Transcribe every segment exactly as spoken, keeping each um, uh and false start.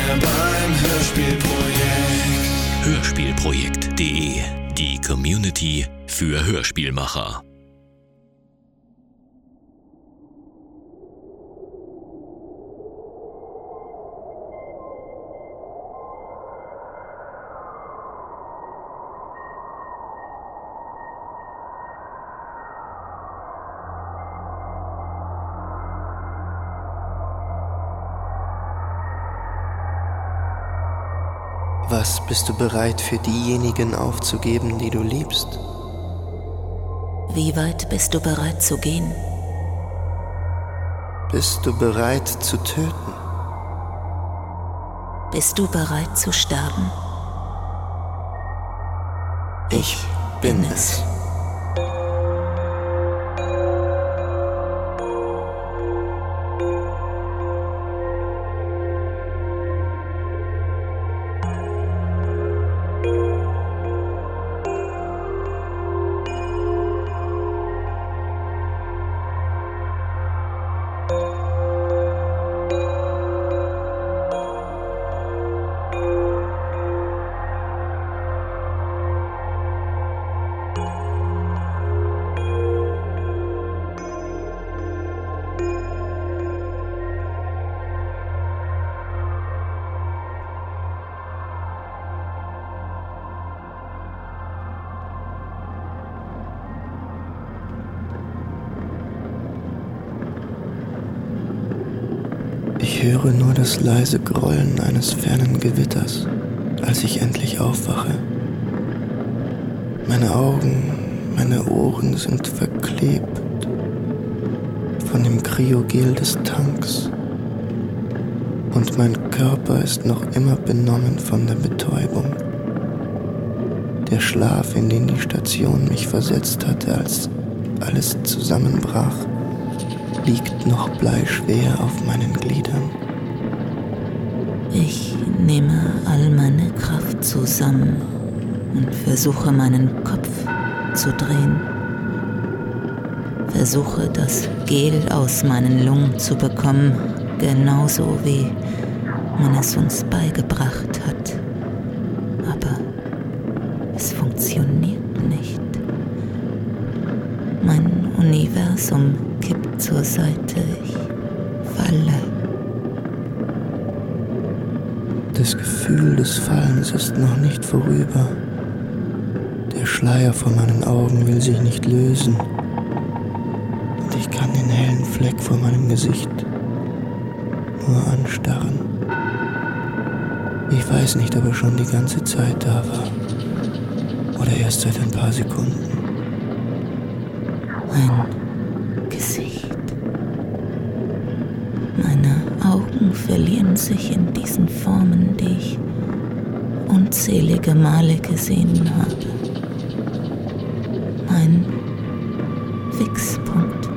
mehr beim Hörspielprojekt. Hörspielprojekt punkt de, die Community für Hörspielmacher. Was bist du bereit für diejenigen aufzugeben, die du liebst? Wie weit bist du bereit zu gehen? Bist du bereit zu töten? Bist du bereit zu sterben? Ich bin es. Ich höre nur das leise Grollen eines fernen Gewitters, als ich endlich aufwache. Meine Augen, meine Ohren sind verklebt von dem Kryogel des Tanks und mein Körper ist noch immer benommen von der Betäubung. Der Schlaf, in den die Station mich versetzt hatte, als alles zusammenbrach, liegt noch bleischwer auf meinen Gliedern. Ich nehme all meine Kraft zusammen und versuche meinen Kopf zu drehen. Versuche das Gel aus meinen Lungen zu bekommen, genauso wie man es uns beigebracht hat. Aber es funktioniert nicht. Mein Universum kippt zur Seite, ich falle. Das Gefühl des Fallens ist noch nicht vorüber. Der Schleier vor meinen Augen will sich nicht lösen. Und ich kann den hellen Fleck vor meinem Gesicht nur anstarren. Ich weiß nicht, ob er schon die ganze Zeit da war. Oder erst seit ein paar Sekunden. Mein Gesicht. Meine Augen verlieren sich in diesen Formen, die ich unzählige Male gesehen habe. Mein Fixpunkt.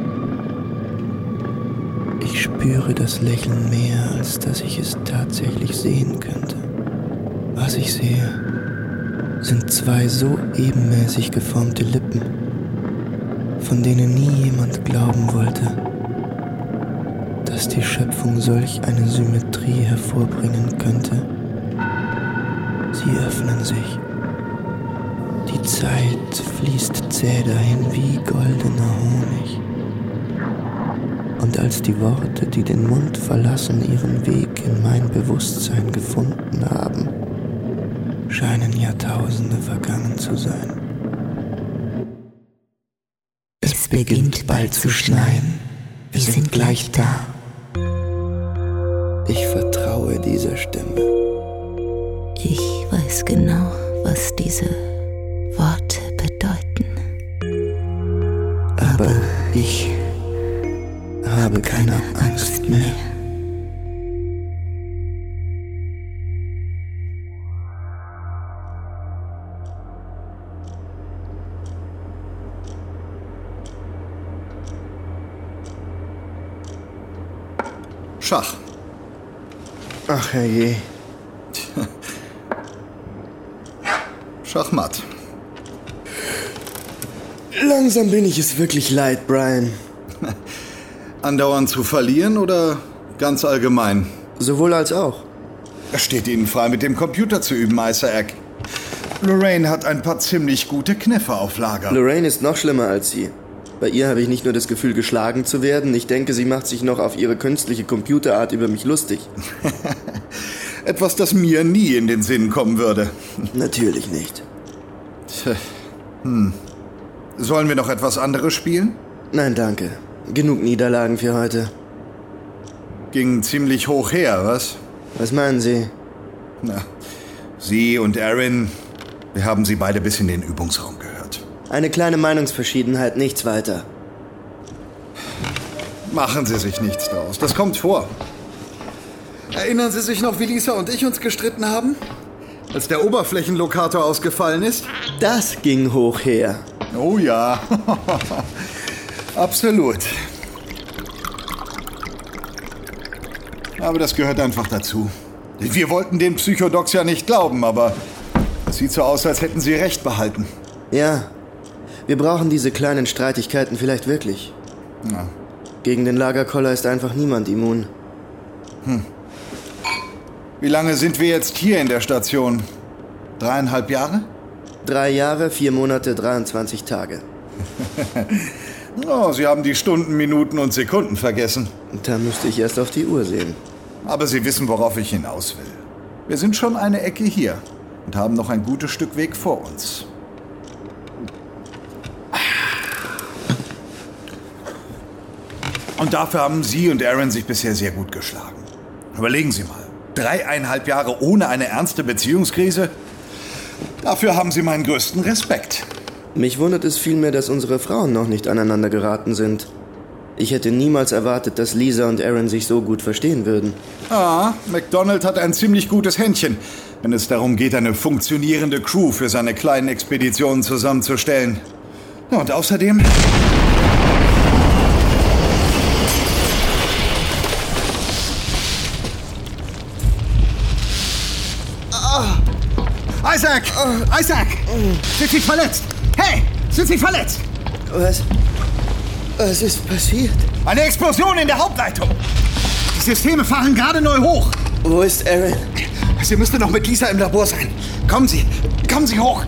Ich spüre das Lächeln mehr, als dass ich es tatsächlich sehen könnte. Was ich sehe, sind zwei so ebenmäßig geformte Lippen, von denen nie jemand glauben wollte, dass die Schöpfung solch eine Symmetrie hervorbringen könnte. Sie öffnen sich. Die Zeit fließt zäh dahin wie goldener Honig. Und als die Worte, die den Mund verlassen, ihren Weg in mein Bewusstsein gefunden haben, scheinen Jahrtausende vergangen zu sein. Es, es beginnt, beginnt bald zu schneien. Wir sind, sind gleich da. Ich vertraue dieser Stimme. Ich weiß genau, was diese Worte bedeuten. Aber ich habe keine Angst mehr. Schach. Ach herrje. Schachmatt. Langsam bin ich es wirklich leid, Brian. Andauernd zu verlieren oder ganz allgemein? Sowohl als auch. Es steht Ihnen frei, mit dem Computer zu üben, Isaac. Lorraine hat ein paar ziemlich gute Kniffe auf Lager. Lorraine ist noch schlimmer als Sie. Bei ihr habe ich nicht nur das Gefühl, geschlagen zu werden, ich denke, sie macht sich noch auf ihre künstliche Computerart über mich lustig. Etwas, das mir nie in den Sinn kommen würde. Natürlich nicht. Tja. Hm. Sollen wir noch etwas anderes spielen? Nein, danke. Genug Niederlagen für heute. Ging ziemlich hoch her, was? Was meinen Sie? Na, Sie und Erin, wir haben Sie beide bis in den Übungsraum gehört. Eine kleine Meinungsverschiedenheit, nichts weiter. Machen Sie sich nichts draus, das kommt vor. Erinnern Sie sich noch, wie Lisa und ich uns gestritten haben? Als der Oberflächenlokator ausgefallen ist? Das ging hoch her. Oh ja, absolut. Aber das gehört einfach dazu. Wir wollten den Psychodocs ja nicht glauben, aber es sieht so aus, als hätten sie recht behalten. Ja, wir brauchen diese kleinen Streitigkeiten vielleicht wirklich. Ja. Gegen den Lagerkoller ist einfach niemand immun. Hm. Wie lange sind wir jetzt hier in der Station? Dreieinhalb Jahre? Drei Jahre, vier Monate, dreiundzwanzig Tage. Oh, Sie haben die Stunden, Minuten und Sekunden vergessen. Da müsste ich erst auf die Uhr sehen. Aber Sie wissen, worauf ich hinaus will. Wir sind schon eine Ecke hier und haben noch ein gutes Stück Weg vor uns. Und dafür haben Sie und Erin sich bisher sehr gut geschlagen. Überlegen Sie mal. Dreieinhalb Jahre ohne eine ernste Beziehungskrise? Dafür haben Sie meinen größten Respekt. Mich wundert es vielmehr, dass unsere Frauen noch nicht aneinander geraten sind. Ich hätte niemals erwartet, dass Lisa und Erin sich so gut verstehen würden. Ah, McDonald hat ein ziemlich gutes Händchen, wenn es darum geht, eine funktionierende Crew für seine kleinen Expeditionen zusammenzustellen. Ja, und außerdem... Isaac! Oh. Isaac! Sind Sie verletzt? Hey! Sind Sie verletzt? Was? Was ist passiert? Eine Explosion in der Hauptleitung! Die Systeme fahren gerade neu hoch! Wo ist Erin? Sie müsste noch mit Lisa im Labor sein. Kommen Sie! Kommen Sie hoch!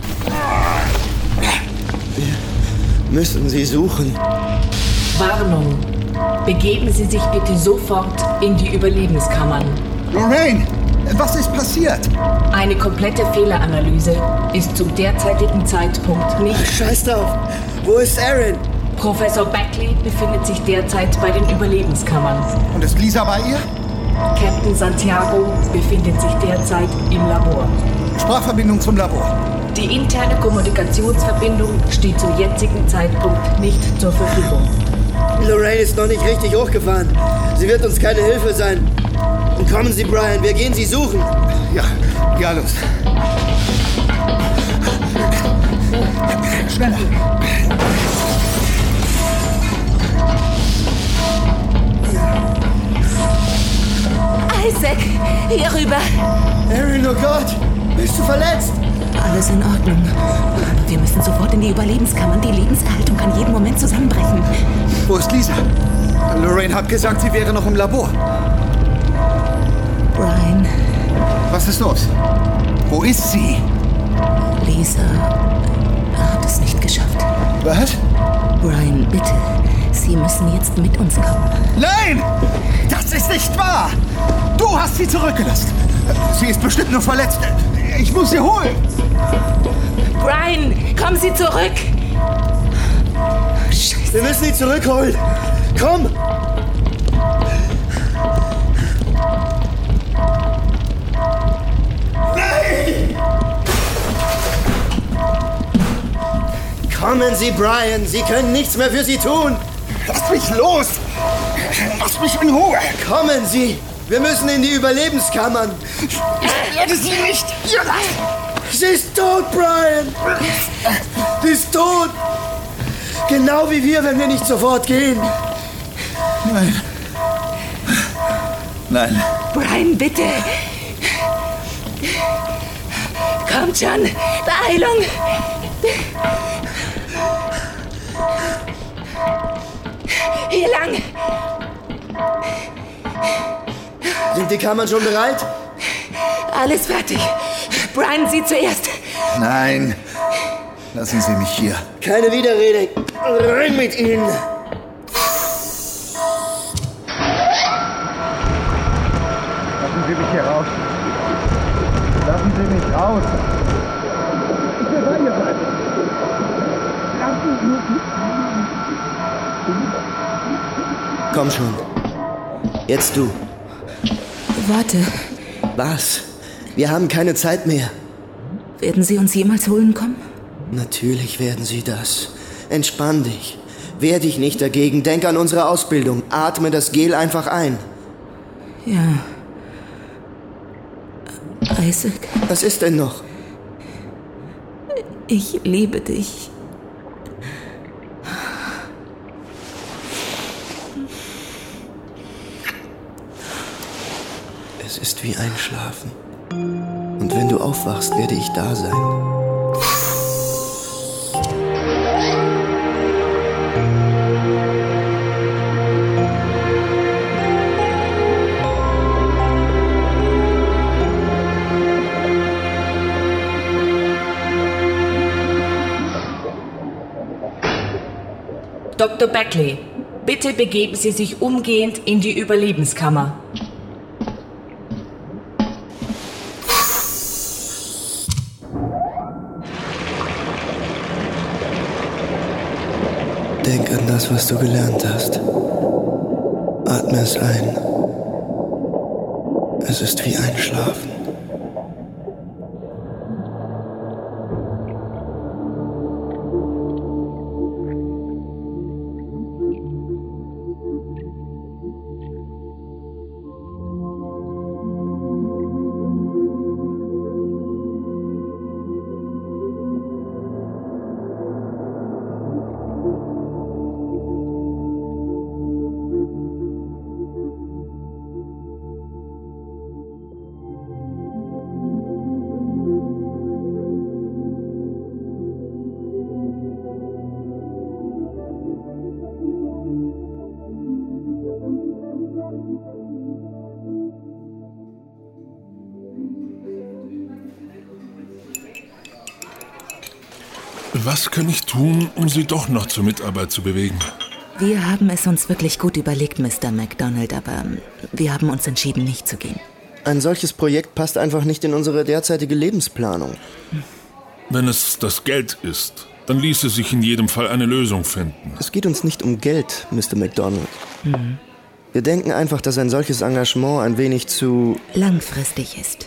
Wir müssen sie suchen. Warnung! Begeben Sie sich bitte sofort in die Überlebenskammern. Lorraine! Was ist passiert? Eine komplette Fehleranalyse ist zum derzeitigen Zeitpunkt nicht... Scheiß drauf! Wo ist Erin? Professor Beckley befindet sich derzeit bei den Überlebenskammern. Und ist Lisa bei ihr? Captain Santiago befindet sich derzeit im Labor. Sprachverbindung zum Labor. Die interne Kommunikationsverbindung steht zum jetzigen Zeitpunkt nicht zur Verfügung. Lorraine ist noch nicht richtig hochgefahren. Sie wird uns keine Hilfe sein. Kommen Sie, Brian, wir gehen Sie suchen. Ja, ja, los. Schneller. Isaac, hier rüber. Erin, oh Gott, bist du verletzt? Alles in Ordnung. Aber wir müssen sofort in die Überlebenskammern. Die Lebenserhaltung kann jeden Moment zusammenbrechen. Wo ist Lisa? Lorraine hat gesagt, sie wäre noch im Labor. Brian. Was ist los? Wo ist sie? Lisa hat es nicht geschafft. Was? Brian, bitte. Sie müssen jetzt mit uns kommen. Nein! Das ist nicht wahr! Du hast sie zurückgelassen. Sie ist bestimmt nur verletzt. Ich muss sie holen. Brian, kommen Sie zurück! Scheiße. Wir müssen sie zurückholen. Komm! Nein! Kommen Sie, Brian. Sie können nichts mehr für sie tun. Lass mich los! Lass mich in Ruhe! Kommen Sie! Wir müssen in die Überlebenskammern. Ich werde sie nicht hier lassen! Sie ist tot, Brian! Sie ist tot! Genau wie wir, wenn wir nicht sofort gehen. Nein. Nein. Brian, bitte! Kommt schon! Beeilung! Hier lang! Sind die Kammern schon bereit? Alles fertig. Brian, Sie zuerst. Nein, lassen Sie mich hier. Keine Widerrede. Rein mit Ihnen. Lassen Sie mich hier raus. Lassen Sie mich raus. Ich will bei ihr bleiben. Lassen Sie mich. Komm schon. Jetzt du. Warte, Was? Wir haben keine Zeit mehr. werden Sie uns jemals holen kommen? Natürlich werden sie das. Entspann dich. Wehr dich nicht dagegen. Denk an unsere Ausbildung. Atme das Gel einfach ein. Ja. Isaac, Was ist denn noch? ich liebe dich. Es ist wie Einschlafen. Und wenn du aufwachst, werde ich da sein. Doktor Beckley, bitte begeben Sie sich umgehend in die Überlebenskammer. Denk an das, was du gelernt hast. Atme es ein. Es ist wie Einschlafen. Was kann ich tun, um Sie doch noch zur Mitarbeit zu bewegen? Wir haben es uns wirklich gut überlegt, Mister MacDonald, aber wir haben uns entschieden, nicht zu gehen. Ein solches Projekt passt einfach nicht in unsere derzeitige Lebensplanung. Wenn es das Geld ist, dann ließe sich in jedem Fall eine Lösung finden. Es geht uns nicht um Geld, Mister MacDonald. Mhm. Wir denken einfach, dass ein solches Engagement ein wenig zu... langfristig ist.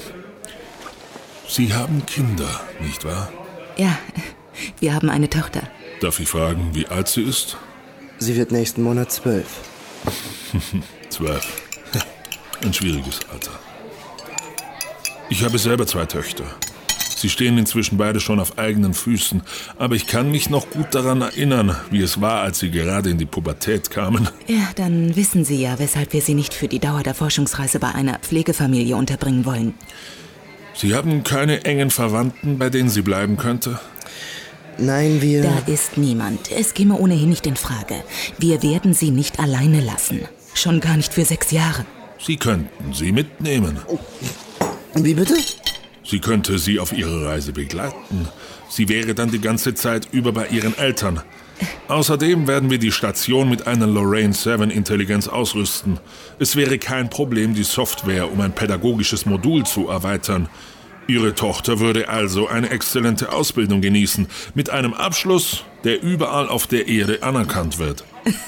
Sie haben Kinder, nicht wahr? Ja, wir haben eine Tochter. Darf ich fragen, wie alt sie ist? Sie wird nächsten Monat zwölf. Zwölf. Ja, ein schwieriges Alter. Ich habe selber zwei Töchter. Sie stehen inzwischen beide schon auf eigenen Füßen, aber ich kann mich noch gut daran erinnern, wie es war, als sie gerade in die Pubertät kamen. Ja, dann wissen Sie ja, weshalb wir Sie nicht für die Dauer der Forschungsreise bei einer Pflegefamilie unterbringen wollen. Sie haben keine engen Verwandten, bei denen sie bleiben könnte? Nein, wir... Da ist niemand. Es käme ohnehin nicht in Frage. Wir werden Sie nicht alleine lassen. Schon gar nicht für sechs Jahre. Sie könnten sie mitnehmen. Wie bitte? Sie könnte sie auf ihre Reise begleiten. Sie wäre dann die ganze Zeit über bei ihren Eltern. Außerdem werden wir die Station mit einer Lorraine sieben Intelligenz ausrüsten. Es wäre kein Problem, die Software um ein pädagogisches Modul zu erweitern. Ihre Tochter würde also eine exzellente Ausbildung genießen, mit einem Abschluss, der überall auf der Erde anerkannt wird.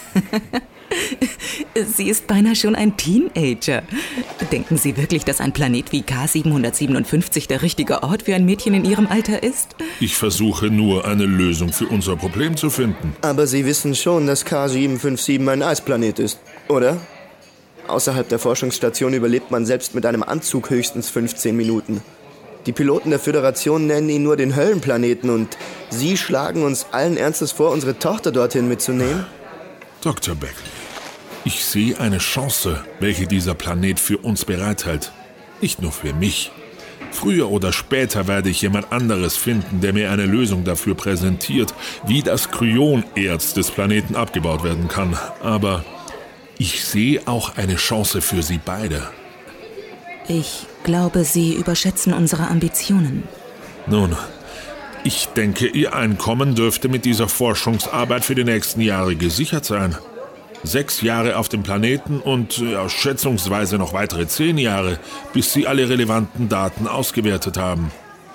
Sie ist beinahe schon ein Teenager. Denken Sie wirklich, dass ein Planet wie K siebenhundertsiebenundfünfzig der richtige Ort für ein Mädchen in Ihrem Alter ist? Ich versuche nur, eine Lösung für unser Problem zu finden. Aber Sie wissen schon, dass K sieben fünf sieben ein Eisplanet ist, oder? Außerhalb der Forschungsstation überlebt man selbst mit einem Anzug höchstens fünfzehn Minuten. Die Piloten der Föderation nennen ihn nur den Höllenplaneten und Sie schlagen uns allen Ernstes vor, unsere Tochter dorthin mitzunehmen? Doktor Beckley, ich sehe eine Chance, welche dieser Planet für uns bereithält. Nicht nur für mich. Früher oder später werde ich jemand anderes finden, der mir eine Lösung dafür präsentiert, wie das Kryonerz des Planeten abgebaut werden kann. Aber ich sehe auch eine Chance für Sie beide. Ich glaube, Sie überschätzen unsere Ambitionen. Nun, ich denke, Ihr Einkommen dürfte mit dieser Forschungsarbeit für die nächsten Jahre gesichert sein. Sechs Jahre auf dem Planeten und ja, schätzungsweise noch weitere zehn Jahre, bis Sie alle relevanten Daten ausgewertet haben.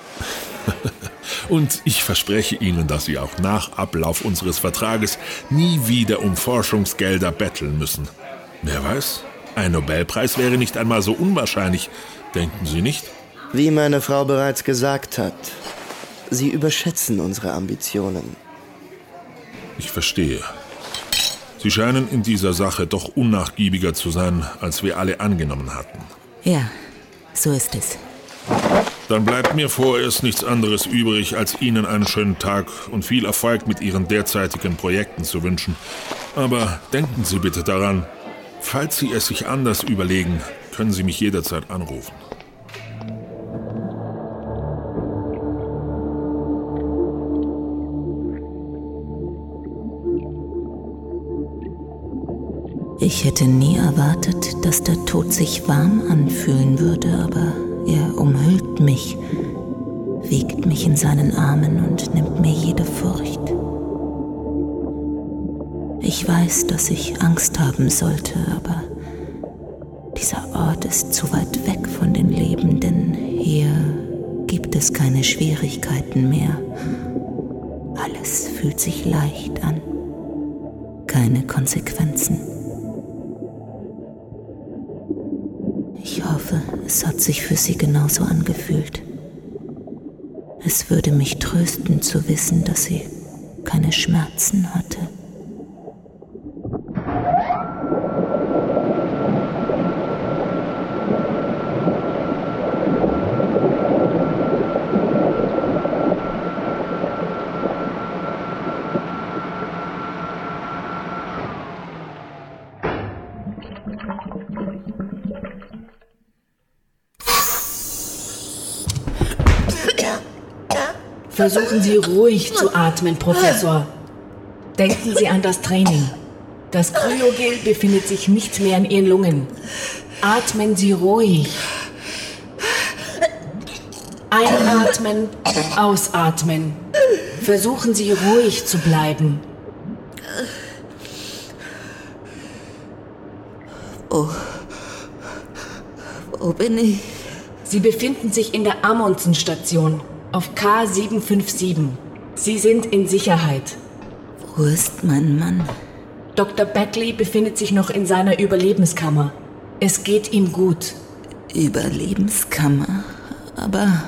Und ich verspreche Ihnen, dass Sie auch nach Ablauf unseres Vertrages nie wieder um Forschungsgelder betteln müssen. Wer weiß, ein Nobelpreis wäre nicht einmal so unwahrscheinlich, denken Sie nicht? Wie meine Frau bereits gesagt hat, Sie überschätzen unsere Ambitionen. Ich verstehe. Sie scheinen in dieser Sache doch unnachgiebiger zu sein, als wir alle angenommen hatten. Ja, so ist es. Dann bleibt mir vorerst nichts anderes übrig, als Ihnen einen schönen Tag und viel Erfolg mit Ihren derzeitigen Projekten zu wünschen. Aber denken Sie bitte daran, falls Sie es sich anders überlegen, können Sie mich jederzeit anrufen. Ich hätte nie erwartet, dass der Tod sich warm anfühlen würde, aber er umhüllt mich, wiegt mich in seinen Armen und nimmt mir jede Furcht. Ich weiß, dass ich Angst haben sollte, aber dieser Ort ist zu weit weg von den Lebenden. Hier gibt es keine Schwierigkeiten mehr. Alles fühlt sich leicht an. Keine Konsequenzen. Ich hoffe, es hat sich für Sie genauso angefühlt. Es würde mich trösten zu wissen, dass sie keine Schmerzen hatte. Versuchen Sie ruhig zu atmen, Professor. Denken Sie an das Training. Das Kryogel befindet sich nicht mehr in Ihren Lungen. Atmen Sie ruhig. Einatmen, ausatmen. Versuchen Sie ruhig zu bleiben. Oh, wo bin ich? Sie befinden sich in der Amundsen-Station auf K sieben fünf sieben. Sie sind in Sicherheit. Wo ist mein Mann? Doktor Beckley befindet sich noch in seiner Überlebenskammer. Es geht ihm gut. Überlebenskammer? Aber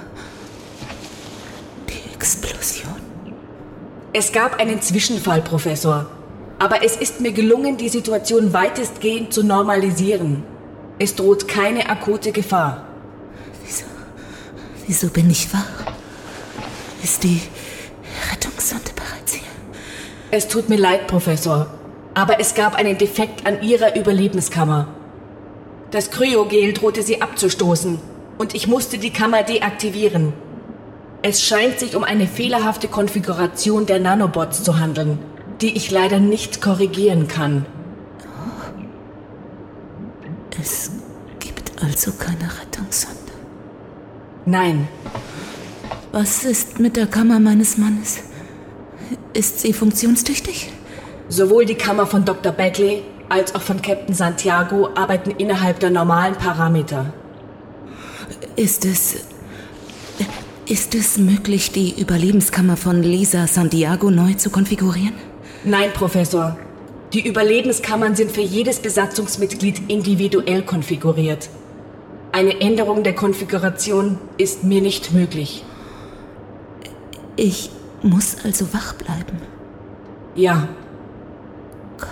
die Explosion. Es gab einen Zwischenfall, Professor. Aber es ist mir gelungen, die Situation weitestgehend zu normalisieren. Es droht keine akute Gefahr. Wieso? Wieso bin ich wach? Ist die Rettungssonde bereits hier? Es tut mir leid, Professor. Aber es gab einen Defekt an Ihrer Überlebenskammer. Das Kryogel drohte sie abzustoßen und ich musste die Kammer deaktivieren. Es scheint sich um eine fehlerhafte Konfiguration der Nanobots zu handeln, die ich leider nicht korrigieren kann. Oh. Es gibt also keine Rettungssonde? Nein. Was ist mit der Kammer meines Mannes? Ist sie funktionstüchtig? Sowohl die Kammer von Doktor Beckley als auch von Captain Santiago arbeiten innerhalb der normalen Parameter. Ist es... Ist es möglich, die Überlebenskammer von Lisa Santiago neu zu konfigurieren? Nein, Professor. Die Überlebenskammern sind für jedes Besatzungsmitglied individuell konfiguriert. Eine Änderung der Konfiguration ist mir nicht möglich. Ich muss also wach bleiben? Ja. Gott.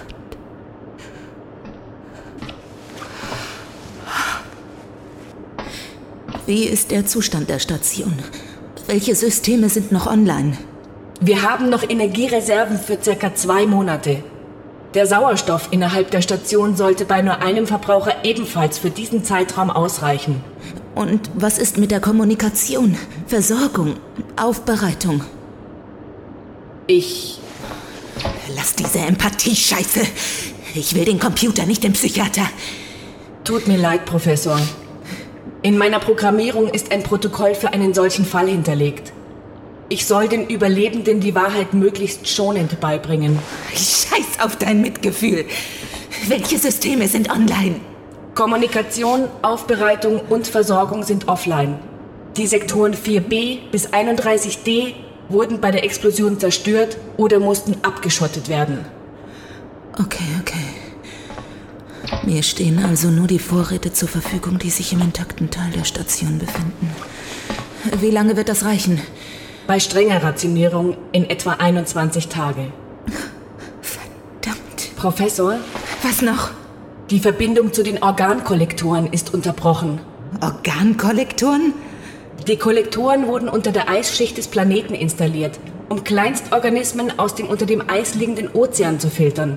Wie ist der Zustand der Station? Welche Systeme sind noch online? Wir haben noch Energiereserven für circa zwei Monate. Der Sauerstoff innerhalb der Station sollte bei nur einem Verbraucher ebenfalls für diesen Zeitraum ausreichen. Und was ist mit der Kommunikation, Versorgung, Aufbereitung? Ich... Lass diese Empathie-Scheiße. Ich will den Computer, nicht den Psychiater. Tut mir leid, Professor. In meiner Programmierung ist ein Protokoll für einen solchen Fall hinterlegt. Ich soll den Überlebenden die Wahrheit möglichst schonend beibringen. Scheiß auf dein Mitgefühl. Welche Systeme sind online? Kommunikation, Aufbereitung und Versorgung sind offline. Die Sektoren vier b bis einunddreißig d wurden bei der Explosion zerstört oder mussten abgeschottet werden. Okay, okay. Mir stehen also nur die Vorräte zur Verfügung, die sich im intakten Teil der Station befinden. Wie lange wird das reichen? Bei strenger Rationierung in etwa einundzwanzig Tage. Verdammt. Professor? Was noch? Die Verbindung zu den Organkollektoren ist unterbrochen. Organkollektoren? Die Kollektoren wurden unter der Eisschicht des Planeten installiert, um Kleinstorganismen aus dem unter dem Eis liegenden Ozean zu filtern.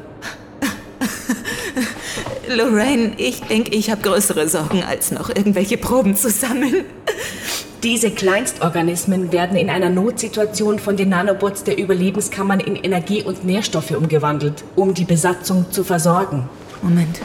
Lorraine, ich denke, ich habe größere Sorgen, als noch irgendwelche Proben zu sammeln. Diese Kleinstorganismen werden in einer Notsituation von den Nanobots der Überlebenskammern in Energie und Nährstoffe umgewandelt, um die Besatzung zu versorgen. Moment.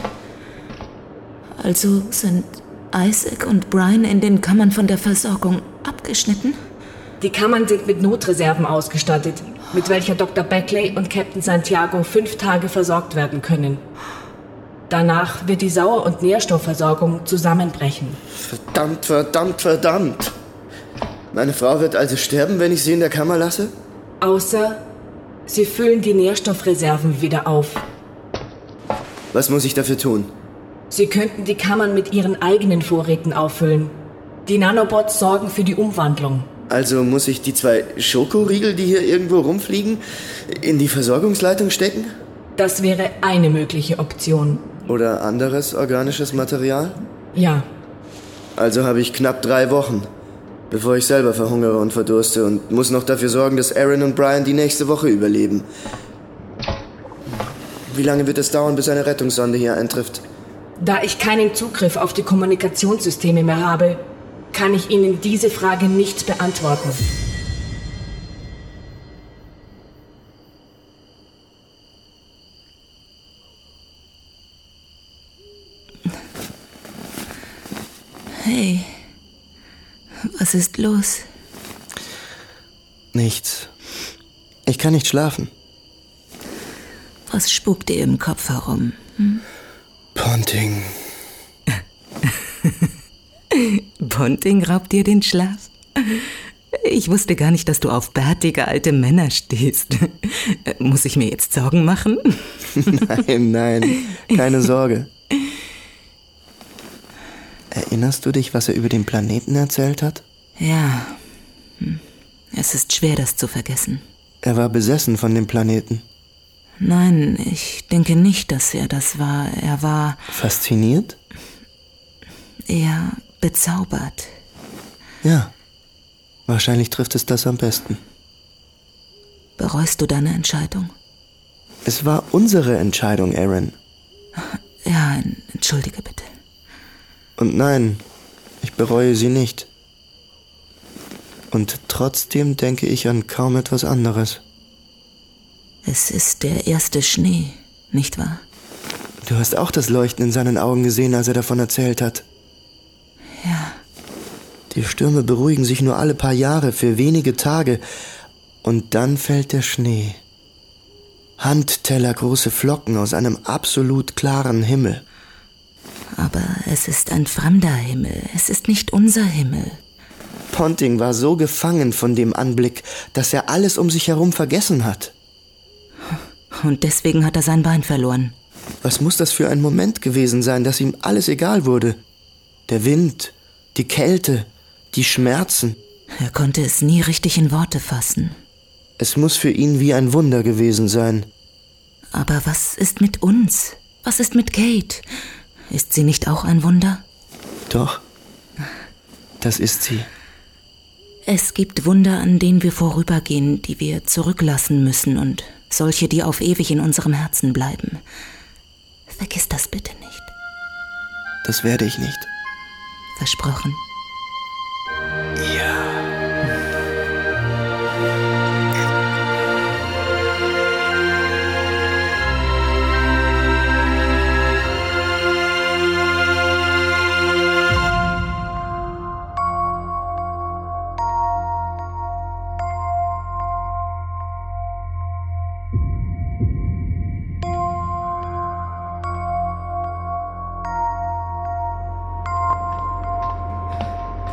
Also sind Isaac und Brian in den Kammern von der Versorgung abgeschnitten? Die Kammern sind mit Notreserven ausgestattet, mit welcher Doktor Beckley und Captain Santiago fünf Tage versorgt werden können. Danach wird die Sauer- und Nährstoffversorgung zusammenbrechen. Verdammt, verdammt, verdammt. Meine Frau wird also sterben, wenn ich sie in der Kammer lasse? Außer sie füllen die Nährstoffreserven wieder auf. Was muss ich dafür tun? Sie könnten die Kammern mit ihren eigenen Vorräten auffüllen. Die Nanobots sorgen für die Umwandlung. Also muss ich die zwei Schokoriegel, die hier irgendwo rumfliegen, in die Versorgungsleitung stecken? Das wäre eine mögliche Option. Oder anderes organisches Material? Ja. Also habe ich knapp drei Wochen, bevor ich selber verhungere und verdurste und muss noch dafür sorgen, dass Aaron und Brian die nächste Woche überleben. Wie lange wird es dauern, bis eine Rettungssonde hier eintrifft? Da ich keinen Zugriff auf die Kommunikationssysteme mehr habe, kann ich Ihnen diese Frage nicht beantworten. Hey, was ist los? Nichts. Ich kann nicht schlafen. Was spukt dir im Kopf herum? Hm? Ponting. Ponting raubt dir den Schlaf? Ich wusste gar nicht, dass du auf bärtige alte Männer stehst. Muss ich mir jetzt Sorgen machen? Nein, nein, keine Sorge. Erinnerst du dich, was er über den Planeten erzählt hat? Ja. Es ist schwer, das zu vergessen. Er war besessen von dem Planeten. Nein, ich denke nicht, dass er das war. Er war... Fasziniert? Eher bezaubert. Ja, wahrscheinlich trifft es das am besten. Bereust du deine Entscheidung? Es war unsere Entscheidung, Aaron. Ja, entschuldige bitte. Und nein, ich bereue sie nicht. Und trotzdem denke ich an kaum etwas anderes. Es ist der erste Schnee, nicht wahr? Du hast auch das Leuchten in seinen Augen gesehen, als er davon erzählt hat. Ja. Die Stürme beruhigen sich nur alle paar Jahre für wenige Tage. Und dann fällt der Schnee. Handtellergroße Flocken aus einem absolut klaren Himmel. Aber es ist ein fremder Himmel. Es ist nicht unser Himmel. Ponting war so gefangen von dem Anblick, dass er alles um sich herum vergessen hat. Und deswegen hat er sein Bein verloren. Was muss das für ein Moment gewesen sein, dass ihm alles egal wurde? Der Wind, die Kälte, die Schmerzen. Er konnte es nie richtig in Worte fassen. Es muss für ihn wie ein Wunder gewesen sein. Aber was ist mit uns? Was ist mit Kate? Ist sie nicht auch ein Wunder? Doch, das ist sie. Es gibt Wunder, an denen wir vorübergehen, die wir zurücklassen müssen und solche, die auf ewig in unserem Herzen bleiben. Vergiss das bitte nicht. Das werde ich nicht. Versprochen? Ja.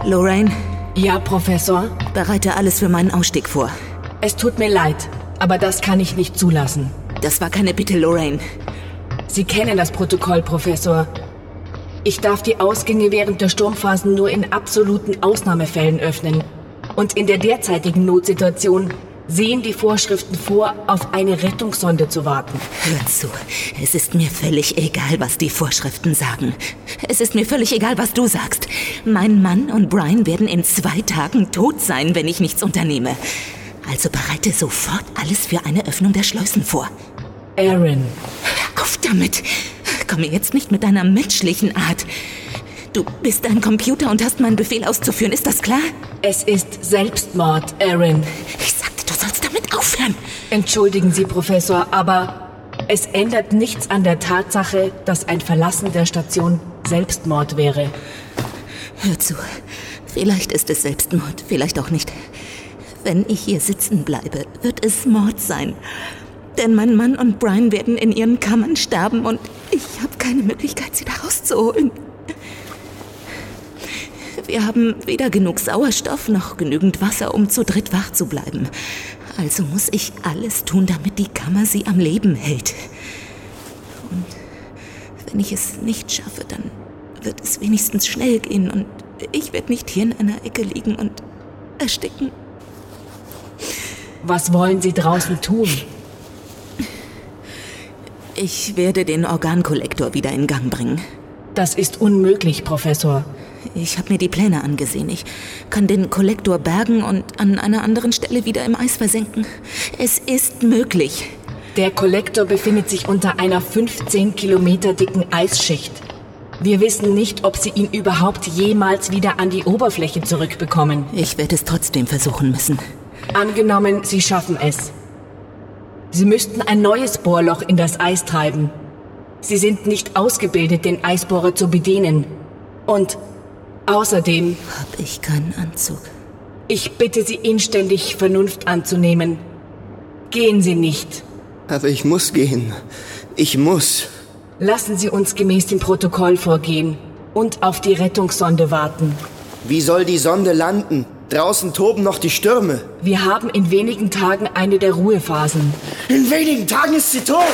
Lorraine? Ja, Professor? Bereite alles für meinen Ausstieg vor. Es tut mir leid, aber das kann ich nicht zulassen. Das war keine Bitte, Lorraine. Sie kennen das Protokoll, Professor. Ich darf die Ausgänge während der Sturmphasen nur in absoluten Ausnahmefällen öffnen. Und in der derzeitigen Notsituation sehen die Vorschriften vor, auf eine Rettungssonde zu warten. Hör zu, es ist mir völlig egal, was die Vorschriften sagen. Es ist mir völlig egal, was du sagst. Mein Mann und Brian werden in zwei Tagen tot sein, wenn ich nichts unternehme. Also bereite sofort alles für eine Öffnung der Schleusen vor. Aaron. Hör auf damit. Komm mir jetzt nicht mit deiner menschlichen Art. Du bist ein Computer und hast meinen Befehl auszuführen, ist das klar? Es ist Selbstmord, Aaron. Ich sagte, du sollst damit aufhören. Entschuldigen Sie, Professor, aber es ändert nichts an der Tatsache, dass ein Verlassen der Station Selbstmord wäre. Hör zu, vielleicht ist es Selbstmord, vielleicht auch nicht. Wenn ich hier sitzen bleibe, wird es Mord sein. Denn mein Mann und Brian werden in ihren Kammern sterben und ich habe keine Möglichkeit, sie da rauszuholen. Wir haben weder genug Sauerstoff noch genügend Wasser, um zu dritt wach zu bleiben. Also muss ich alles tun, damit die Kammer sie am Leben hält. Und wenn ich es nicht schaffe, dann wird es wenigstens schnell gehen und ich werde nicht hier in einer Ecke liegen und ersticken. Was wollen Sie draußen tun? Ich werde den Organkollektor wieder in Gang bringen. Das ist unmöglich, Professor. Ich habe mir die Pläne angesehen. Ich kann den Kollektor bergen und an einer anderen Stelle wieder im Eis versenken. Es ist möglich. Der Kollektor befindet sich unter einer fünfzehn Kilometer dicken Eisschicht. Wir wissen nicht, ob Sie ihn überhaupt jemals wieder an die Oberfläche zurückbekommen. Ich werde es trotzdem versuchen müssen. Angenommen, Sie schaffen es. Sie müssten ein neues Bohrloch in das Eis treiben. Sie sind nicht ausgebildet, den Eisbohrer zu bedienen. Und außerdem... Hab ich keinen Anzug. Ich bitte Sie inständig, Vernunft anzunehmen. Gehen Sie nicht. Aber ich muss gehen. Ich muss. Lassen Sie uns gemäß dem Protokoll vorgehen und auf die Rettungssonde warten. Wie soll die Sonde landen? Draußen toben noch die Stürme. Wir haben in wenigen Tagen eine der Ruhephasen. In wenigen Tagen ist sie tot!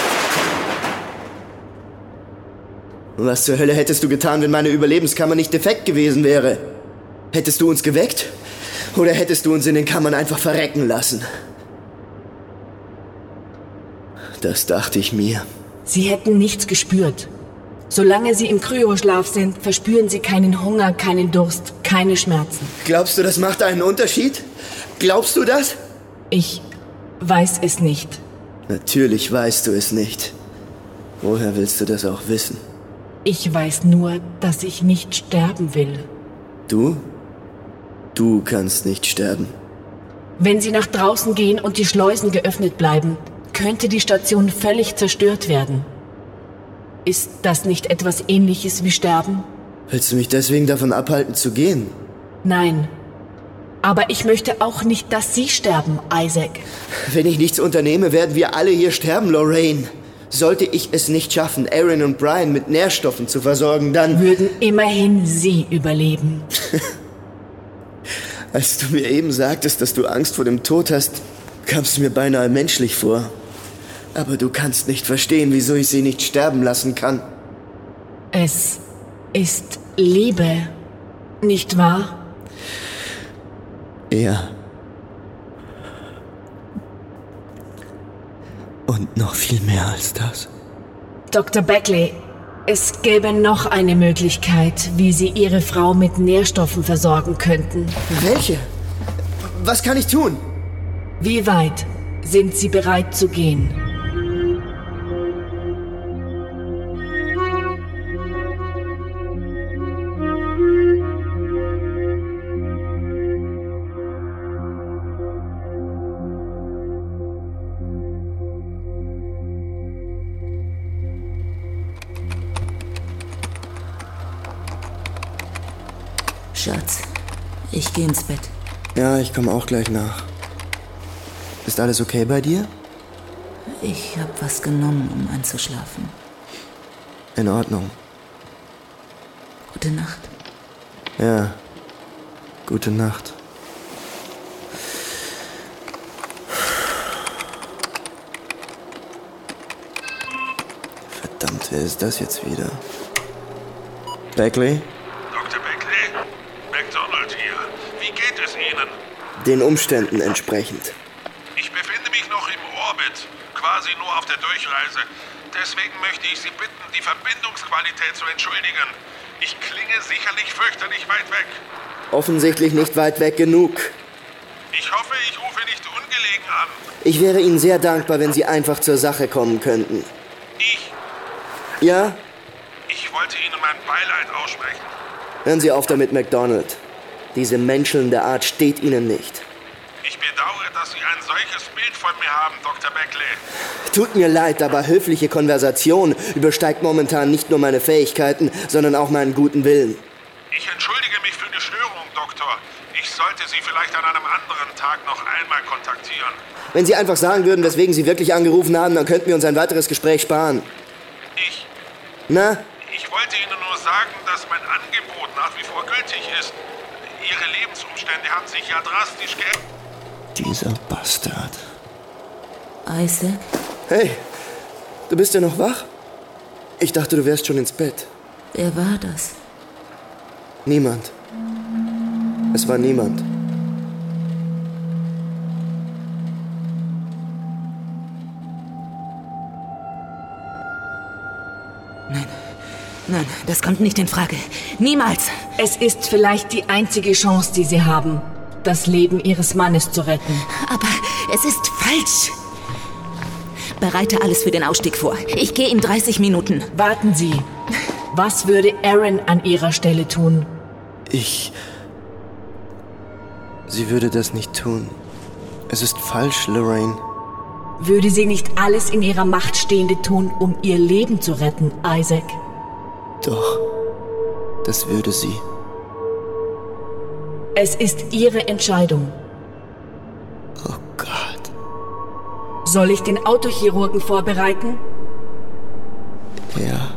Was zur Hölle hättest du getan, wenn meine Überlebenskammer nicht defekt gewesen wäre? Hättest du uns geweckt? Oder hättest du uns in den Kammern einfach verrecken lassen? Das dachte ich mir. Sie hätten nichts gespürt. Solange Sie im Kryoschlaf sind, verspüren Sie keinen Hunger, keinen Durst, keine Schmerzen. Glaubst du, das macht einen Unterschied? Glaubst du das? Ich weiß es nicht. Natürlich weißt du es nicht. Woher willst du das auch wissen? Ich weiß nur, dass ich nicht sterben will. Du? Du kannst nicht sterben. Wenn Sie nach draußen gehen und die Schleusen geöffnet bleiben, könnte die Station völlig zerstört werden. Ist das nicht etwas Ähnliches wie Sterben? Willst du mich deswegen davon abhalten zu gehen? Nein. Aber ich möchte auch nicht, dass Sie sterben, Isaac. Wenn ich nichts unternehme, werden wir alle hier sterben, Lorraine. Sollte ich es nicht schaffen, Aaron und Brian mit Nährstoffen zu versorgen, dann... Würden immerhin Sie überleben. Als du mir eben sagtest, dass du Angst vor dem Tod hast, kamst du mir beinahe menschlich vor. Aber du kannst nicht verstehen, wieso ich sie nicht sterben lassen kann. Es ist Liebe, nicht wahr? Ja. Und noch viel mehr als das. Doktor Beckley, es gäbe noch eine Möglichkeit, wie Sie Ihre Frau mit Nährstoffen versorgen könnten. Welche? Was kann ich tun? Wie weit sind Sie bereit zu gehen? Schatz, ich gehe ins Bett. Ja, ich komme auch gleich nach. Ist alles okay bei dir? Ich habe was genommen, um einzuschlafen. In Ordnung. Gute Nacht. Ja, Gute Nacht. Verdammt, wer ist das jetzt wieder? Beckley? Doktor Beckley? MacDonald hier. Wie geht es Ihnen? Den Umständen entsprechend. Ich befinde mich noch im Orbit, quasi nur auf der Durchreise. Deswegen möchte ich Sie bitten, die Verbindungsqualität zu entschuldigen. Ich klinge sicherlich fürchterlich weit weg. Offensichtlich nicht weit weg genug. Ich hoffe, ich rufe nicht ungelegen an. Ich wäre Ihnen sehr dankbar, wenn Sie einfach zur Sache kommen könnten. Ich? Ja? Ich wollte Ihnen mein Beileid aussprechen. Hören Sie auf damit, MacDonald. Diese menschelnde Art steht Ihnen nicht. Ich bedauere, dass Sie ein solches Bild von mir haben, Doktor Beckley. Tut mir leid, aber höfliche Konversation übersteigt momentan nicht nur meine Fähigkeiten, sondern auch meinen guten Willen. Ich entschuldige mich für die Störung, Doktor. Ich sollte Sie vielleicht an einem anderen Tag noch einmal kontaktieren. Wenn Sie einfach sagen würden, weswegen Sie wirklich angerufen haben, dann könnten wir uns ein weiteres Gespräch sparen. Ich? Na? Ich wollte Ihnen nur sagen, dass mein Angebot nach wie vor gültig ist. Ihre Lebensumstände haben sich ja drastisch geändert. Dieser Bastard. Isaac? Hey, du bist ja noch wach? Ich dachte, du wärst schon ins Bett. Wer war das? Niemand. Es war niemand. Nein, nein, das kommt nicht in Frage. Niemals! Es ist vielleicht die einzige Chance, die Sie haben, das Leben Ihres Mannes zu retten. Aber es ist falsch. Bereite alles für den Ausstieg vor. Ich gehe in dreißig Minuten. Warten Sie. Was würde Erin an Ihrer Stelle tun? Ich... Sie würde das nicht tun. Es ist falsch, Lorraine. Würde sie nicht alles in ihrer Macht Stehende tun, um ihr Leben zu retten, Isaac? Doch, das würde sie. Es ist Ihre Entscheidung. Oh Gott. Soll ich den Autochirurgen vorbereiten? Ja.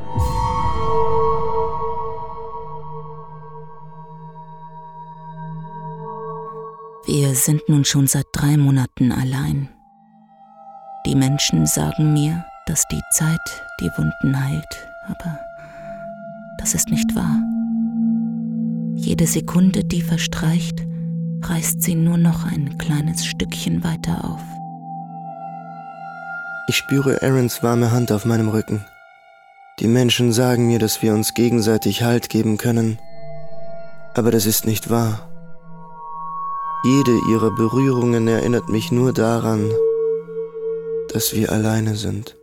Wir sind nun schon seit drei Monaten allein. Die Menschen sagen mir, dass die Zeit die Wunden heilt, aber das ist nicht wahr. Jede Sekunde, die verstreicht, reißt sie nur noch ein kleines Stückchen weiter auf. Ich spüre Aarons warme Hand auf meinem Rücken. Die Menschen sagen mir, dass wir uns gegenseitig Halt geben können, aber das ist nicht wahr. Jede ihrer Berührungen erinnert mich nur daran, dass wir alleine sind.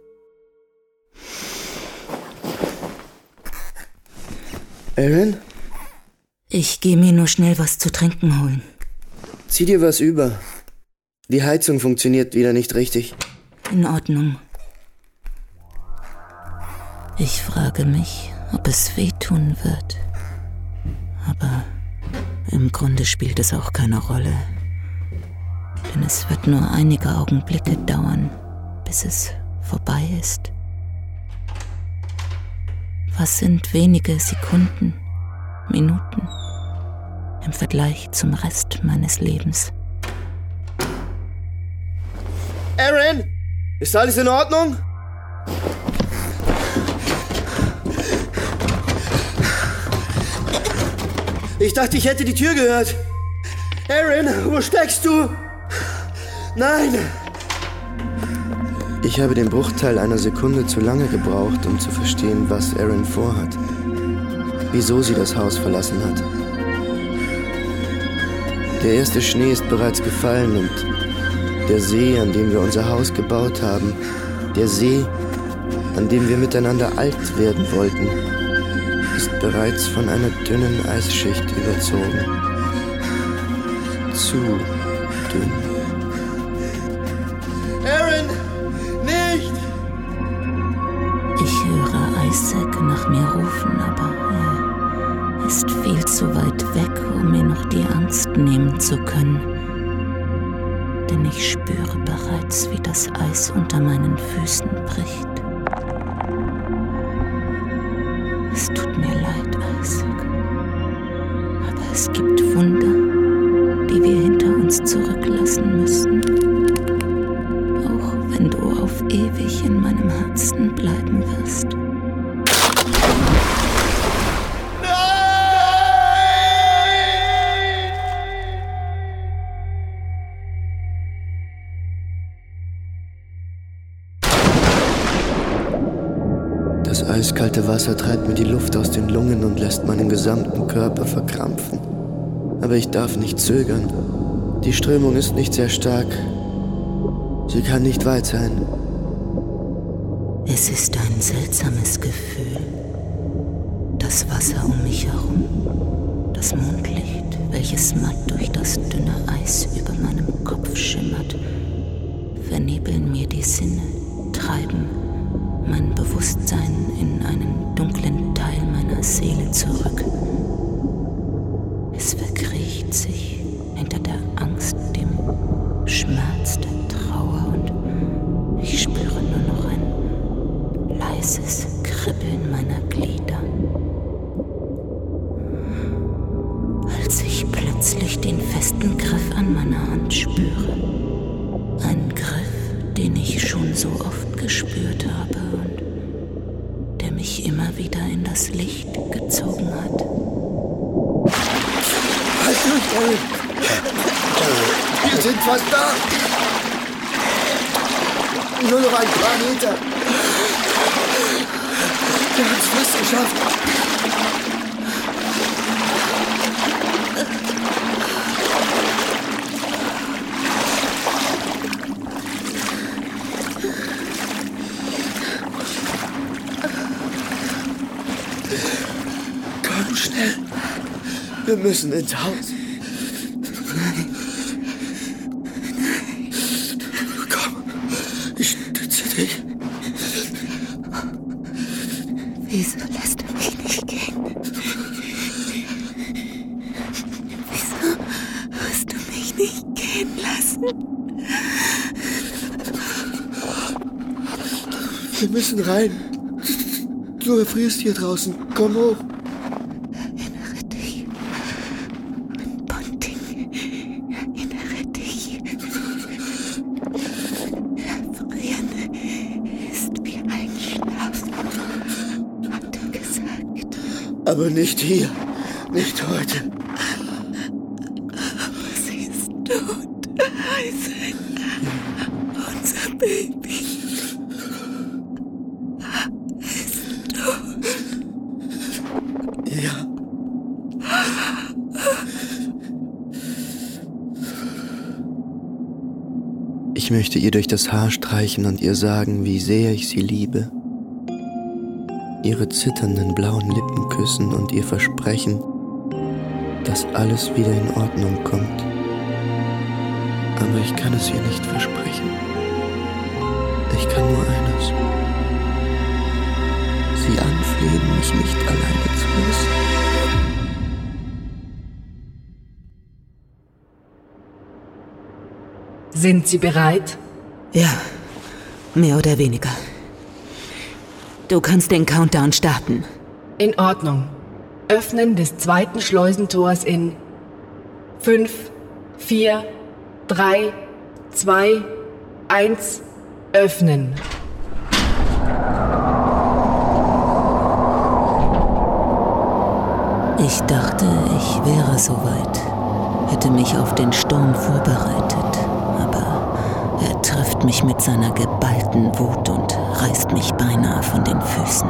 Erin? Ich gehe mir nur schnell was zu trinken holen. Zieh dir was über. Die Heizung funktioniert wieder nicht richtig. In Ordnung. Ich frage mich, ob es wehtun wird. Aber im Grunde spielt es auch keine Rolle. Denn es wird nur einige Augenblicke dauern, bis es vorbei ist. Was sind wenige Sekunden, Minuten im Vergleich zum Rest meines Lebens? Erin, ist alles in Ordnung? Ich dachte, ich hätte die Tür gehört. Erin, wo steckst du? Nein! Ich habe den Bruchteil einer Sekunde zu lange gebraucht, um zu verstehen, was Erin vorhat. Wieso sie das Haus verlassen hat. Der erste Schnee ist bereits gefallen und der See, an dem wir unser Haus gebaut haben, der See, an dem wir miteinander alt werden wollten, ist bereits von einer dünnen Eisschicht überzogen. Zu dünn. Erin! Nicht! Ich höre Isaac nach mir rufen, aber er ist viel zu weit weg, um mir noch die Angst nehmen zu können. Denn ich spüre bereits, wie das Eis unter meinen Füßen bricht. Es tut mir leid, Isaac. Aber es gibt Wunder, die wir hinter uns zurücklassen müssen. Auch wenn du auf ewig in meinem Herzen bleiben wirst. Das eiskalte Wasser treibt mir die Luft aus den Lungen und lässt meinen gesamten Körper verkrampfen. Aber ich darf nicht zögern. Die Strömung ist nicht sehr stark. Sie kann nicht weit sein. Es ist ein seltsames Gefühl. Das Wasser um mich herum, das Mondlicht, welches matt durch das dünne Eis über meinem Kopf schimmert, vernebeln mir die Sinne, treiben mein Bewusstsein in einen dunklen Teil meiner Seele zurück. Es verkriecht sich hinter der Angst, dem Schmerz, der Trauer und ich spüre nur noch ein leises Kribbeln meiner Glieder. Als ich plötzlich den festen Griff an meiner Hand spüre. Ein Griff, den ich schon so oft gespürt habe und der mich immer wieder in das Licht gezogen hat. Halt durch, Aaron! Wir sind fast da! Nur noch ein paar Meter! Wir haben es fast geschafft! Komm schnell! Wir müssen ins Haus. Nein. Nein. Komm, ich stütze dich. Wieso lässt du mich nicht gehen? Wieso hast du mich nicht gehen lassen? Wir müssen rein. Du erfrierst hier draußen. Komm hoch. Erinnere dich an Ponting. Erinnere dich. Erfrieren ist wie Einschlafen, hat er gesagt. Aber nicht hier. Nicht heute. Aber sie ist tot, Eisen. Unser Baby. Ja. Ich möchte ihr durch das Haar streichen und ihr sagen, wie sehr ich sie liebe. Ihre zitternden blauen Lippen küssen und ihr versprechen, dass alles wieder in Ordnung kommt. Aber ich kann es ihr nicht versprechen. Ich kann nur eines. Sie anflehen, mich nicht alleine zu lassen. Sind Sie bereit? Ja, mehr oder weniger. Du kannst den Countdown starten. In Ordnung. Öffnen des zweiten Schleusentors in fünf, vier, drei, zwei, eins, öffnen. Ich dachte, ich wäre soweit, hätte mich auf den Sturm vorbereitet, aber er trifft mich mit seiner geballten Wut und reißt mich beinahe von den Füßen.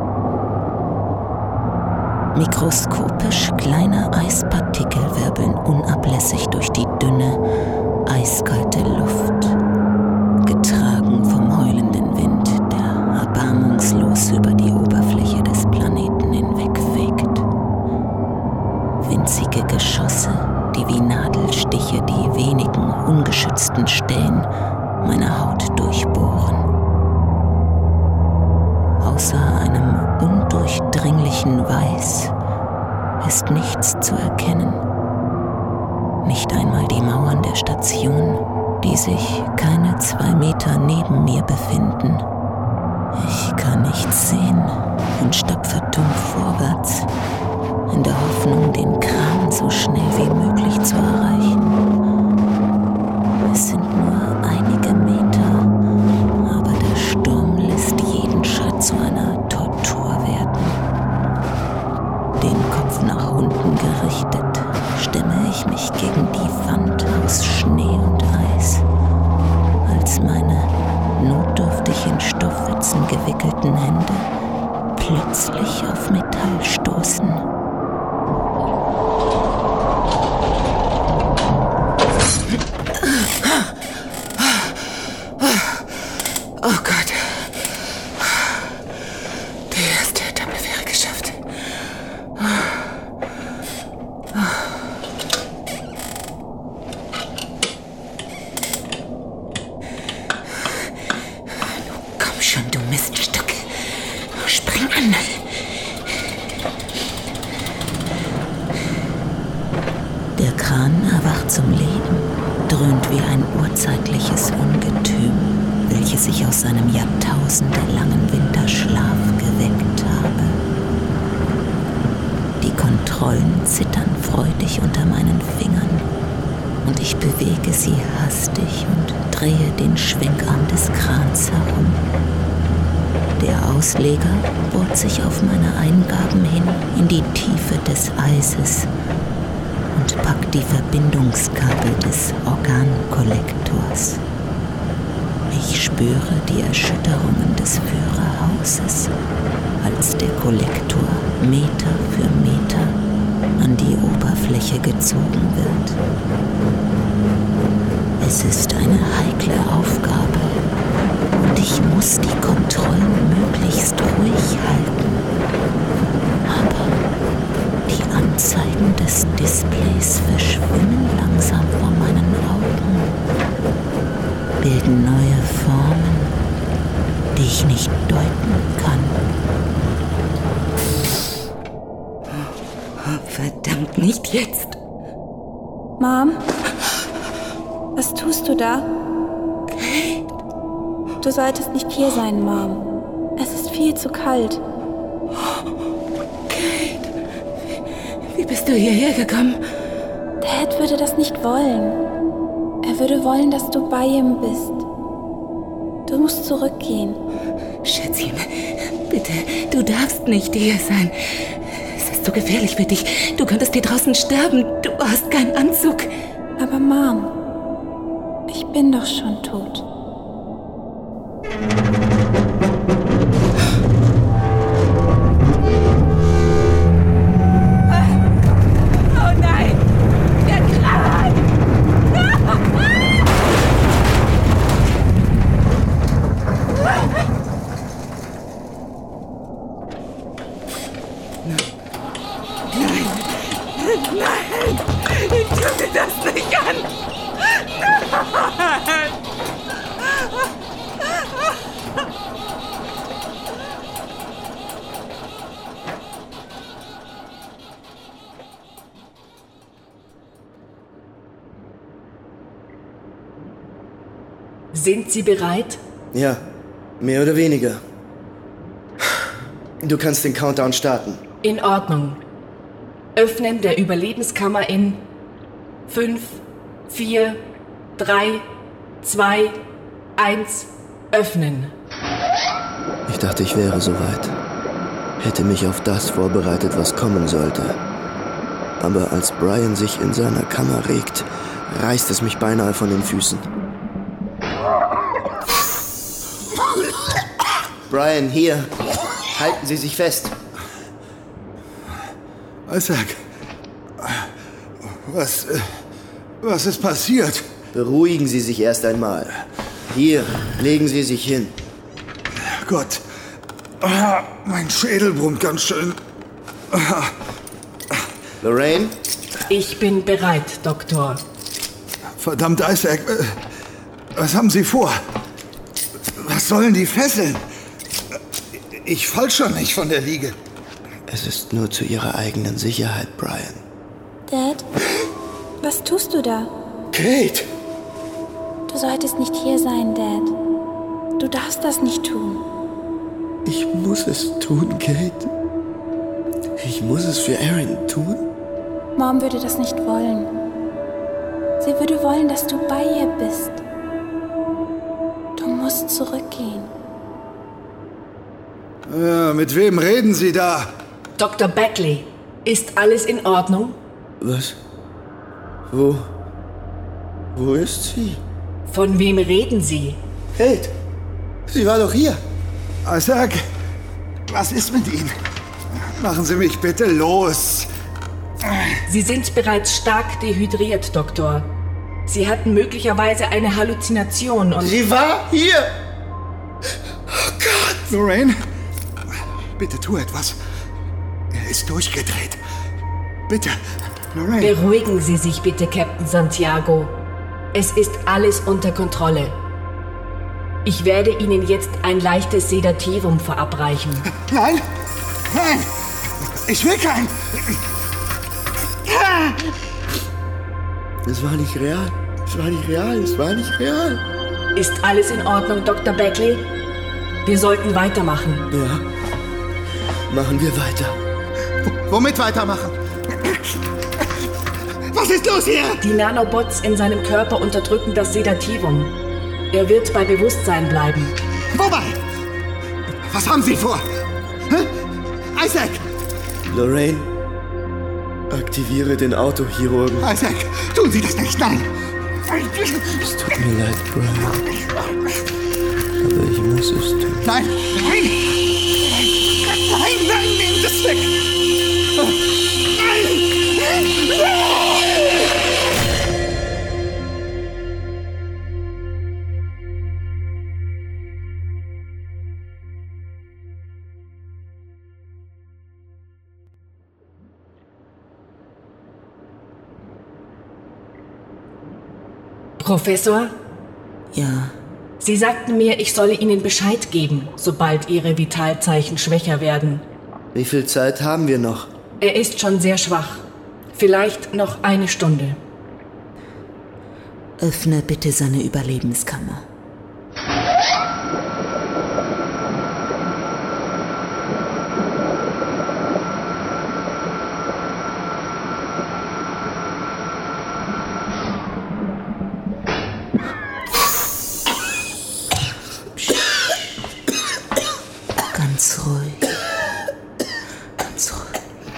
Mikroskopisch kleine Eispartikel wirbeln unablässig durch die dünne, eiskalte Luft, getragen vom heulenden Wind, der erbarmungslos über die Oberfläche des Planeten hinwegfegt. Winzige Geschosse, die wie Nadelstiche die wenigen ungeschützten Stellen meiner Haut durchbohren. Außer einem undurchdringlichen Weiß ist nichts zu erkennen. Nicht einmal die Mauern der Station, die sich keine zwei Meter neben mir befinden. Ich kann nichts sehen und stapfe dumpf vorwärts, in der Hoffnung, den Kran so schnell wie möglich zu erreichen. Es sind nur einige Meter, aber der Sturm lässt jeden Schritt zu einer Tortur werden. Den Kopf nach unten gerichtet, stemme ich mich gegen die Wand aus Schnee und Eis, als meine notdürftig in Stoffwitzen gewickelten Hände plötzlich auf Metall stoßen. Oh Gott. Die erste Etappe wäre geschafft. Komm schon, du Miststück. Spring an. Der Kran erwacht zum Leben, dröhnt wie ein urzeitliches Ungetüm, welches sich aus seinem jahrtausendelangen Winterschlaf geweckt habe. Die Kontrollen zittern freudig unter meinen Fingern und ich bewege sie hastig und drehe den Schwenkarm des Krans herum. Der Ausleger bohrt sich auf meine Eingaben hin in die Tiefe des Eises und packt die Verbindungskabel des Organkollektors. Ich spüre die Erschütterungen des Führerhauses, als der Kollektor Meter für Meter an die Oberfläche gezogen wird. Es ist eine heikle Aufgabe und ich muss die Kontrollen möglichst ruhig halten. Aber die Anzeigen des Displays verschwimmen langsam vor meinen Augen, bilden neue Formen, die ich nicht deuten kann. Verdammt, nicht jetzt. Mom? Was tust du da? Du solltest nicht hier sein, Mom. Es ist viel zu kalt. Kate, wie bist du hierher gekommen? Dad würde das nicht wollen. Er würde wollen, dass du bei ihm bist. Du musst zurückgehen. Schätzchen, bitte, du darfst nicht hier sein. Es ist so gefährlich für dich. Du könntest hier draußen sterben. Du hast keinen Anzug. Aber Mom, ich bin doch schon tot. Oh nein! Der Kran! Nein! Nein! Ich tue dir das nicht an! Nein! Sind Sie bereit? Ja, mehr oder weniger. Du kannst den Countdown starten. In Ordnung. Öffnen der Überlebenskammer in fünf, vier, drei, zwei, eins, öffnen. Ich dachte, ich wäre soweit. Hätte mich auf das vorbereitet, was kommen sollte. Aber als Brian sich in seiner Kammer regt, reißt es mich beinahe von den Füßen. Brian, hier. Halten Sie sich fest. Isaac, was, was ist passiert? Beruhigen Sie sich erst einmal. Hier, legen Sie sich hin. Gott, ah, mein Schädel brummt ganz schön. Ah. Lorraine? Ich bin bereit, Doktor. Verdammt, Isaac, was haben Sie vor? Was sollen die Fesseln? Ich fall schon nicht von der Liege. Es ist nur zu Ihrer eigenen Sicherheit, Brian. Dad, was tust du da? Kate! Du solltest nicht hier sein, Dad. Du darfst das nicht tun. Ich muss es tun, Kate. Ich muss es für Erin tun? Mom würde das nicht wollen. Sie würde wollen, dass du bei ihr bist. Du musst zurückgehen. Äh, mit wem reden Sie da? Doktor Beckley, ist alles in Ordnung? Was? Wo? Wo ist sie? Von wem reden Sie? Kate! Sie war doch hier! Isaac, was ist mit Ihnen? Machen Sie mich bitte los. Sie sind bereits stark dehydriert, Doktor. Sie hatten möglicherweise eine Halluzination und... Sie war hier! Oh Gott! Lorraine, bitte tu etwas. Er ist durchgedreht. Bitte, Lorraine. Beruhigen Sie sich bitte, Captain Santiago. Es ist alles unter Kontrolle. Ich werde Ihnen jetzt ein leichtes Sedativum verabreichen. Nein! Nein! Ich will kein... Es war nicht real. Es war nicht real. Es war nicht real. Ist alles in Ordnung, Doktor Beckley? Wir sollten weitermachen. Ja. Machen wir weiter. W- womit weitermachen? Was ist los hier? Die Nanobots in seinem Körper unterdrücken das Sedativum. Er wird bei Bewusstsein bleiben. Wobei? Was haben Sie vor? Hä? Isaac! Lorraine, aktiviere den Autochirurgen. Isaac, tun Sie das nicht, nein! Es tut mir leid, Brian. Aber ich muss es tun. Nein! Nein! Nein, nein, nehmt es weg! Professor? Ja, Sie sagten mir, ich solle Ihnen Bescheid geben, sobald Ihre Vitalzeichen schwächer werden. Wie viel Zeit haben wir noch? Er ist schon sehr schwach. Vielleicht noch eine Stunde. öffne bitte seine Überlebenskammer. Ganz ruhig. Ganz ruhig.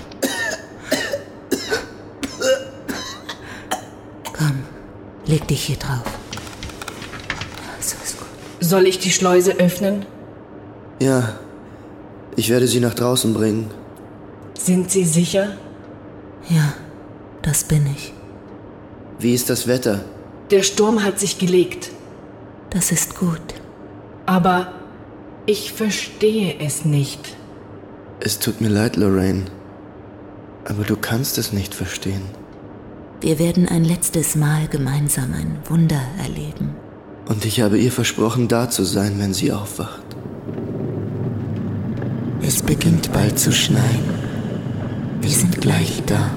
Komm, leg dich hier drauf. So ist gut. Soll ich die Schleuse öffnen? Ja, ich werde sie nach draußen bringen. Sind Sie sicher? Ja, das bin ich. Wie ist das Wetter? Der Sturm hat sich gelegt. Das ist gut. Aber ich verstehe es nicht. Es tut mir leid, Lorraine. Aber du kannst es nicht verstehen. Wir werden ein letztes Mal gemeinsam ein Wunder erleben. Und ich habe ihr versprochen, da zu sein, wenn sie aufwacht. Es beginnt bald zu schneien. Wir sind gleich da.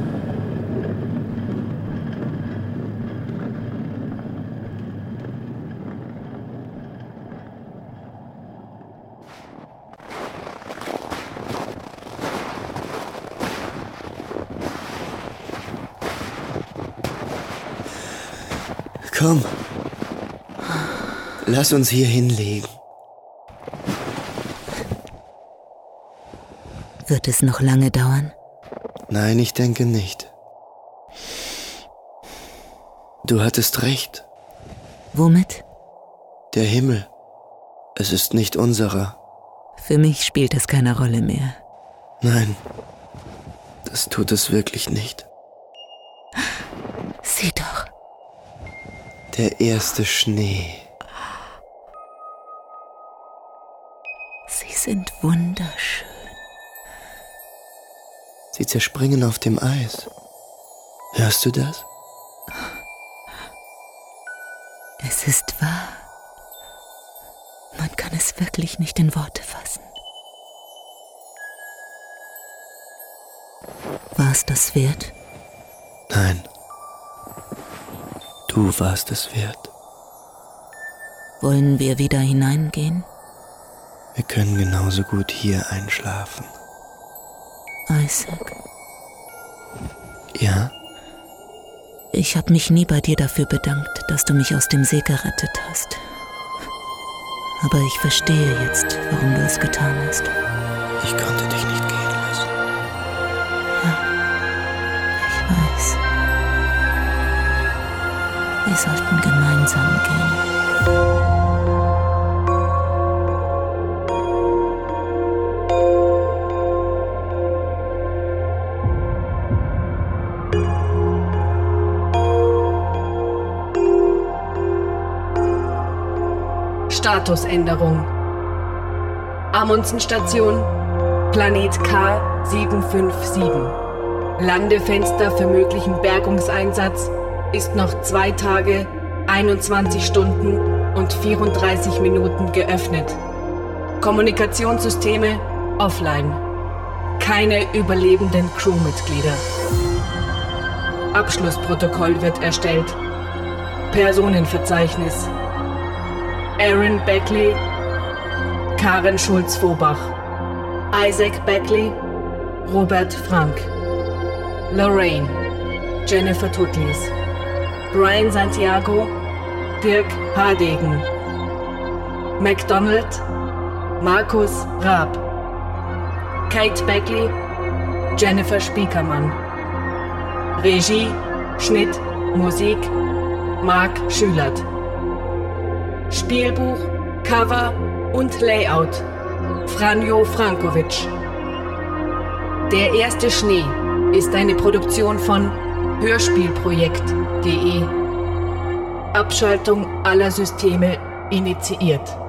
Komm. Lass uns hier hinlegen. Wird es noch lange dauern? Nein, ich denke nicht. Du hattest recht. Womit? Der Himmel. Es ist nicht unserer. Für mich spielt es keine Rolle mehr. Nein, das tut es wirklich nicht. Sieh doch. Der erste Schnee. Sie sind wunderschön. Sie zerspringen auf dem Eis. Hörst du das? Es ist wahr. Man kann es wirklich nicht in Worte fassen. War es das wert? Nein. Du warst es wert. Wollen wir wieder hineingehen? Wir können genauso gut hier einschlafen. Isaac. Ja? Ich habe mich nie bei dir dafür bedankt, dass du mich aus dem See gerettet hast. Aber ich verstehe jetzt, warum du es getan hast. Ich konnte dich nicht gehen lassen. Ja, ich weiß. Wir sollten gemeinsam gehen. Statusänderung. Amundsen-Station, Planet K sieben fünf sieben. Landefenster für möglichen Bergungseinsatz ist noch zwei Tage, einundzwanzig Stunden und vierunddreißig Minuten geöffnet. Kommunikationssysteme offline. Keine überlebenden Crewmitglieder. Abschlussprotokoll wird erstellt. Personenverzeichnis. Aaron Beckley, Karen Schulz-Vobach, Isaac Beckley, Robert Frank, Lorraine, Jennifer Tutlis, Brian Santiago, Dirk Hardegen, MacDonald, Markus Raab, Kate Beckley, Jennifer Spiekermann, Regie, Schnitt, Musik, Marc Schülert. Spielbuch, Cover und Layout Franjo Frankovic. Der erste Schnee ist eine Produktion von hörspielprojekt punkt de. Abschaltung aller Systeme initiiert.